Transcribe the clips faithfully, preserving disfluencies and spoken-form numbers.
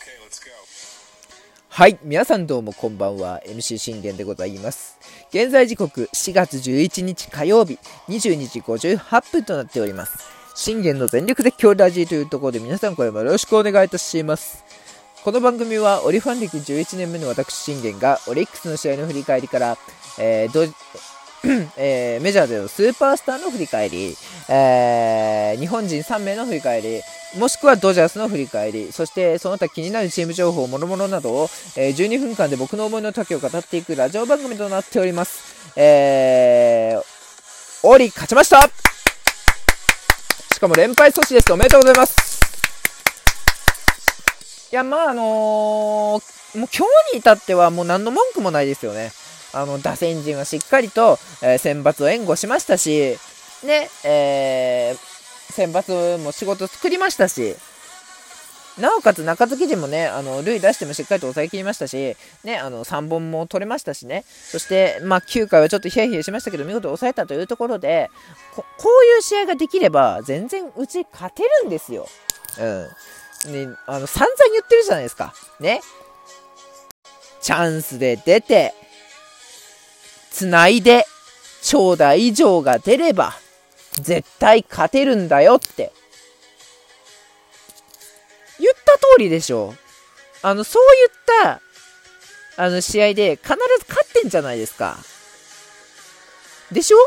はい、皆さんどうもこんばんは。 エムシー 信玄でございます。現在時刻しがつじゅういちにち火曜日にじゅうにじごじゅうはっぷんとなっております。信玄の全力絶叫ラジーというところで、皆さんこれもよろしくお願いいたします。この番組はオリファン歴じゅういちねんめの私信玄がオリックスの試合の振り返りから、えーどえー、メジャーでのスーパースターの振り返り、えー、日本人さんめいの振り返り、もしくはドジャースの振り返り、そしてその他気になるチーム情報、諸々などを、えー、じゅうにふんかんで僕の思いの丈を語っていくラジオ番組となっております。えー、オリ勝ちました。しかも連敗阻止です。おめでとうございます。いや、まああのー、もう今日に至ってはもう何の文句もないですよね。あの打線陣はしっかりと、えー、選抜を援護しましたし、ね、えー、選抜も仕事作りましたし、なおかつ中継ぎ陣もね、あの塁出してもしっかりと抑えきりましたし、ね、あのさんぼんも取れましたしね、そして、まあ、きゅうかいはちょっとヒヤヒヤしましたけど、見事抑えたというところで、こ, こういう試合ができれば、全然うち勝てるんですよ。うんね、あの散々言ってるじゃないですか。ね、チャンスで出て、つないで長打以上が出れば絶対勝てるんだよって言った通りでしょ。あのそういったあの試合で必ず勝ってんじゃないですか。でしょ。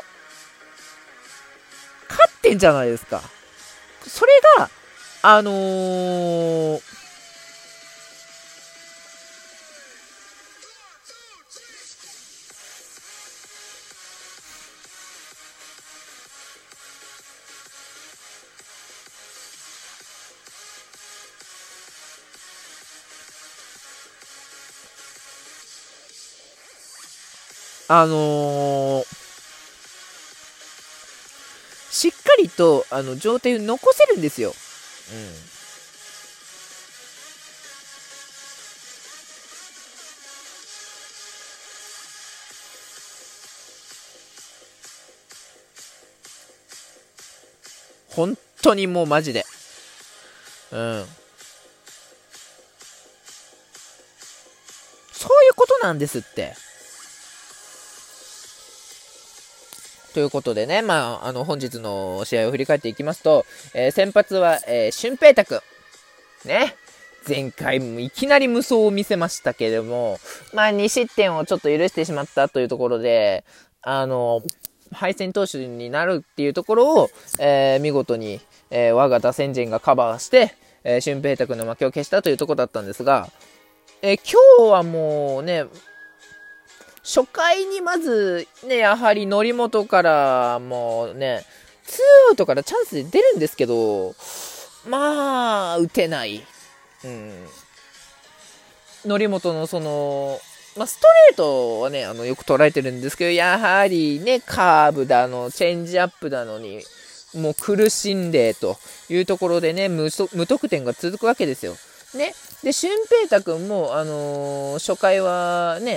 勝ってんじゃないですか。それがあのーあのー、しっかりとあの状態を残せるんですよ。うん。本当にもうマジで。うん。そういうことなんですって。ということでね、まあ、あの本日の試合を振り返っていきますと、えー、先発は、えー、俊平太くん。ね。前回もいきなり無双を見せましたけれども、まあに失点をちょっと許してしまったというところで、あの、敗戦投手になるっていうところを、えー、見事に、えー、我が打線陣がカバーして、えー、俊平太くんの負けを消したというところだったんですが、えー、今日はもうね、初回にまずね、やはり則本からもうね、ツーアウトからチャンスで出るんですけど、まあ、打てない。うん。則本のその、まあ、ストレートはね、あの、よく捉えてるんですけど、やはりね、カーブだの、チェンジアップだのに、もう苦しんで、というところでね、無、無得点が続くわけですよ。ね。で、俊平太くんも、あのー、初回はね、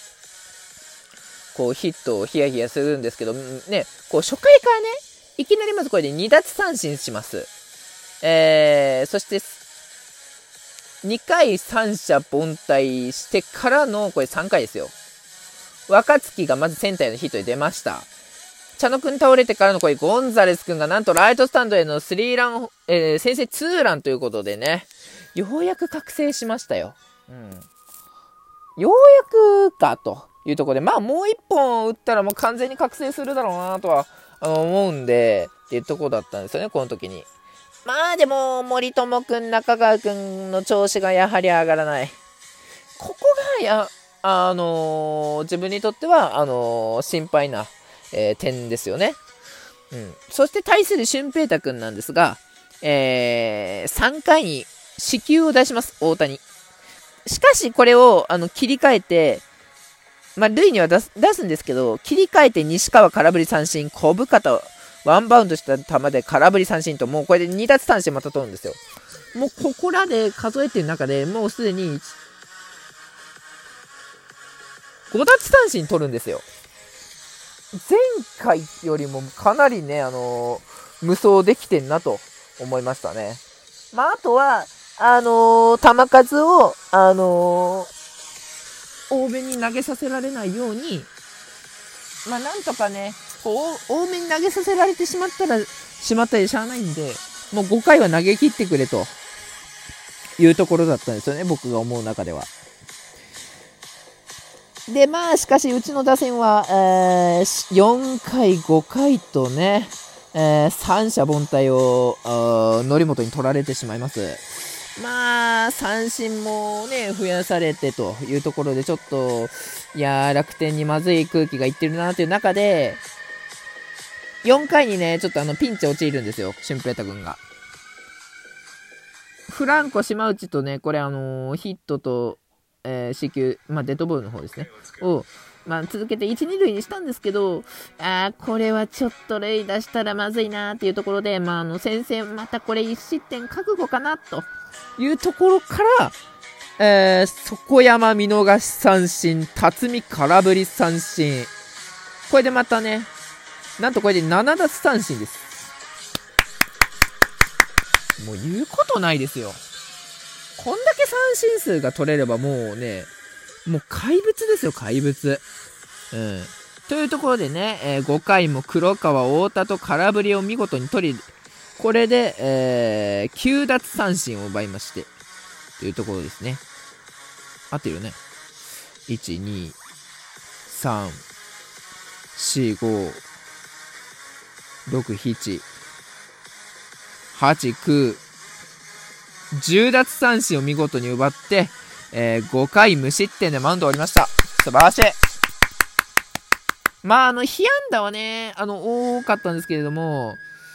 こうヒットをヒヤヒヤするんですけどね、こう初回からね、いきなりまずこれでに奪三振します。えー、そしてにかい三者凡退してからのこれさんかいですよ。若月がまずセンターへのヒットで出ました。茶野くん倒れてからのこれゴンザレスくんがなんとライトスタンドへのスリーラン、えー、先制ツーランということでね、ようやく覚醒しましたよ。うん。ようやくかというところで、まあもう一本打ったらもう完全に覚醒するだろうなとは思うんでっていうところだったんですよね、この時に。まあでも森友くん、中川くんの調子がやはり上がらない。ここがやあのー、自分にとってはあのー、心配な、えー、点ですよね。うん。そして対する俊平太くんなんですが、えー、さんかいに四球を出します、大谷。しかしこれをあの切り替えて、まあ、塁には出す、出すんですけど、切り替えて西川空振り三振、小深田ワンバウンドした球で空振り三振と、もうこれでに奪三振また取るんですよ。もうここらで数えてる中でもうすでにご奪三振取るんですよ。前回よりもかなりね、あのー、無双できてんなと思いましたね。まあ、あとはあのー、球数を、あのー、多めに投げさせられないように、まあ、なんとかね、こう、多めに投げさせられてしまったら、しまったりしゃあないんで、もうごかいは投げ切ってくれというところだったんですよね、僕が思う中では。で、まあ、しかし、うちの打線は、えー、よんかい、ごかいとね、えー、三者凡退を、則本に取られてしまいます。まあ、三振もね、増やされてというところで、ちょっと、いやー、楽天にまずい空気がいってるなという中で、よんかいにね、ちょっとあの、ピンチ陥るんですよ、俊平太君が。フランコ、島内とね、これあのー、ヒットと、えー、四球、まあ、デッドボールの方ですね、を、まあ、続けていち、に塁にしたんですけど、あー、これはちょっと塁出したらまずいなーっていうところで、まあ、あの、先生、またこれいち失点覚悟かな、というところから、えー、底山見逃し三振、辰巳空振り三振。これでまたね、なんとこれでなな奪三振です。もう言うことないですよ。こんだけ三振数が取れればもうね、もう怪物ですよ、怪物。うん。というところでね、えー、ごかいも黒川、太田と空振りを見事に取り、これで、えー、きゅう奪三振を奪いまして、というところですね。合ってるよね。いち、に、さん、よん、ご、ろく、なな、はち、きゅう、じゅう奪三振を見事に奪って、えー、ごかい無失点でマウンドを降りました。素晴らしい。まあ、あの、被安打はね、あの、多かったんですけれども、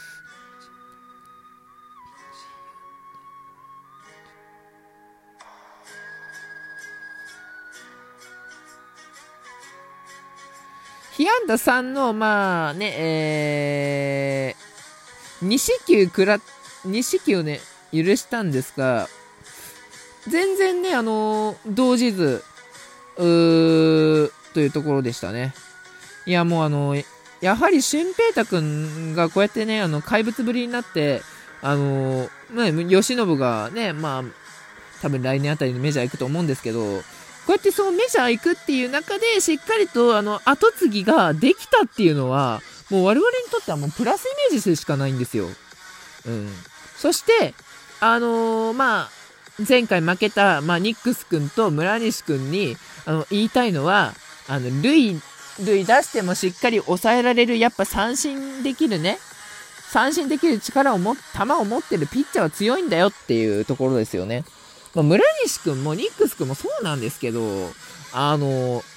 被安打さんの、まあね、えー、に四球くら、に四球ね、許したんですが、全然ね、あのー、動じず、うー、というところでしたね。いや、もうあのー、やはり俊平太くんがこうやってね、あの、怪物ぶりになって、あのー、ね、吉信がね、まあ、多分来年あたりにメジャー行くと思うんですけど、こうやってそのメジャー行くっていう中で、しっかりと、あの、後継ぎができたっていうのは、もう我々にとってはもうプラスイメージするしかないんですよ。うん。そして、あのー、まあ、前回負けた、まあ、ニックス君と村西君に、あの、言いたいのは、あの、塁、塁出してもしっかり抑えられる、やっぱ三振できるね、三振できる力をも、球を持ってるピッチャーは強いんだよっていうところですよね。まあ、村西君もニックス君もそうなんですけど、あのー、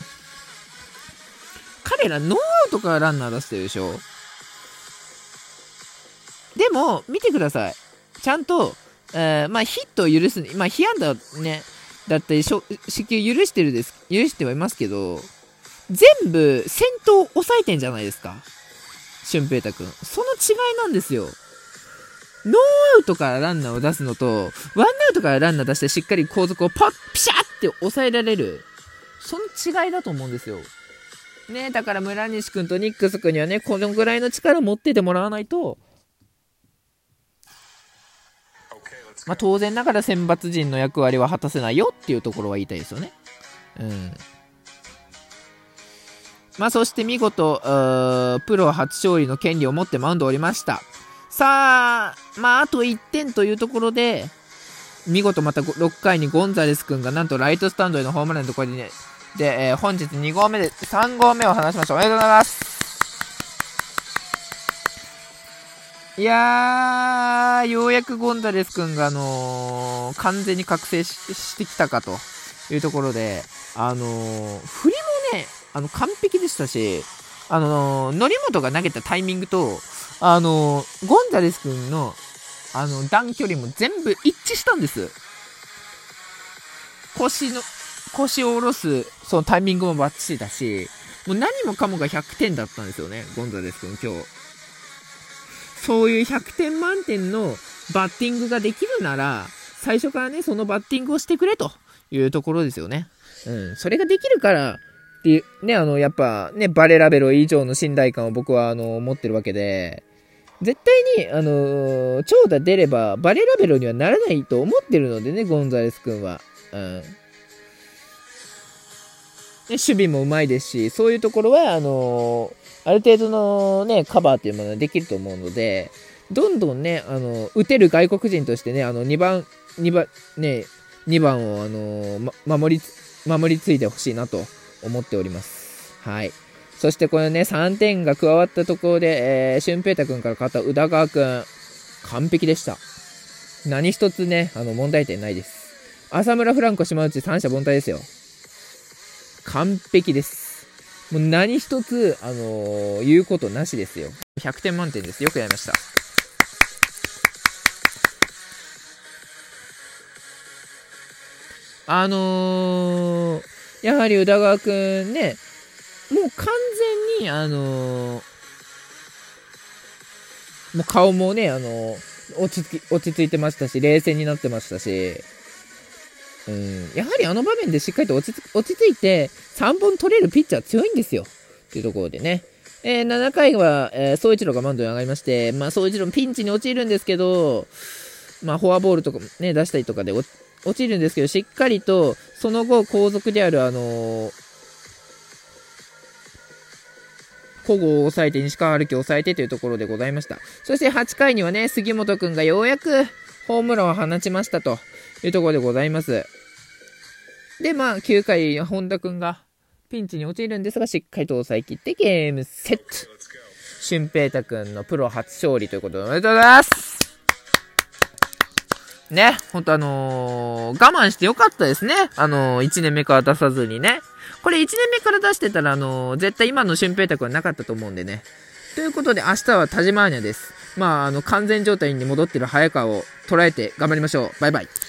彼らノーアウトからランナー出してるでしょ。でも、見てください。ちゃんと、えー、まあ、ヒットを許す、まあ、被安打ね、だったり、四球許してるです、許してはいますけど、全部、先頭を抑えてんじゃないですか。俊平太くん。その違いなんですよ。ノーアウトからランナーを出すのと、ワンアウトからランナー出してしっかり後続をパッ、ピシャーって抑えられる。その違いだと思うんですよ。ね、だから村西くんとニックスくんにはね、このぐらいの力を持っててもらわないと、まあ、当然ながら選抜陣の役割は果たせないよっていうところは言いたいですよね。うん。まあ、そして見事、プロ初勝利の権利を持ってマウンドを降りました。さあ、まあ、あといってんというところで、見事またろっかいにゴンザレス君がなんとライトスタンドへのホームランのところにね、で、えー、本日に号目でさん号目を離しました。おめでとうございます。いやー、ようやくゴンザレス君が、あのー、完全に覚醒 し, してきたかというところで、あのー、振りもね、あの、完璧でしたし、あのー、則本が投げたタイミングと、あのー、ゴンザレス君の、あの、弾距離も全部一致したんです。腰の、腰を下ろす、そのタイミングもバッチリだし、もう何もかもがひゃくてんだったんですよね、ゴンザレス君今日。そういうひゃくてん満点のバッティングができるなら、最初からね、そのバッティングをしてくれというところですよね。うん。それができるから、っていう、ね、あの、やっぱね、バレラベロ以上の信頼感を僕は、あの、持ってるわけで、 絶対に、あのー、長打出ればバレラベロにはならないと思ってるのでね、ゴンザレス君は。うん。守備もうまいですし、そういうところは、あのー、ある程度のね、カバーっていうものができると思うので、どんどんね、あのー、打てる外国人としてね、あの、にばん、にばん、ね、にばんを、あのーま、守り、守り継いでほしいなと思っております。はい。そしてこれね、さんてんが加わったところで、えー、シュンペータ君から勝った宇田川君、完璧でした。何一つね、あの、問題点ないです。浅村、フランコ、島内、三者凡退ですよ。完璧です。もう何一つ、あのー、言うことなしですよ。ひゃくてん満点です。よくやりました。あのー、やはり宇田川くんね、もう完全に、あのー、もう顔もね、あのー、落ち着き、落ち着いてましたし、冷静になってましたし、うん、やはりあの場面でしっかりと落ち着落ち着いてさんぼん取れるピッチャー強いんですよというところでね、えー、ななかいは、えー、宗一郎がマウンドに上がりまして、まあ、宗一郎ピンチに陥るんですけど、まあ、フォアボールとか、ね、出したりとかで落ちるんですけど、しっかりとその後後続であるあのー、古豪を抑えて西川春樹を抑えてというところでございました。そしてはちかいにはね、杉本くんがようやくホームランを放ちましたというところでございます。で、まあ、きゅうかい、本田くんがピンチに陥るんですが、しっかりと抑え切ってゲームセット。俊平太くんのプロ初勝利ということでおめでとうございます。ね、ほんとあのー、我慢してよかったですね。あのー、いちねんめから出さずにね。これいちねんめから出してたら、あのー、絶対今の俊平太くんはなかったと思うんでね。ということで、明日は田島アーニャです。まあ、あの、完全状態に戻ってる早川を捉えて頑張りましょう。バイバイ。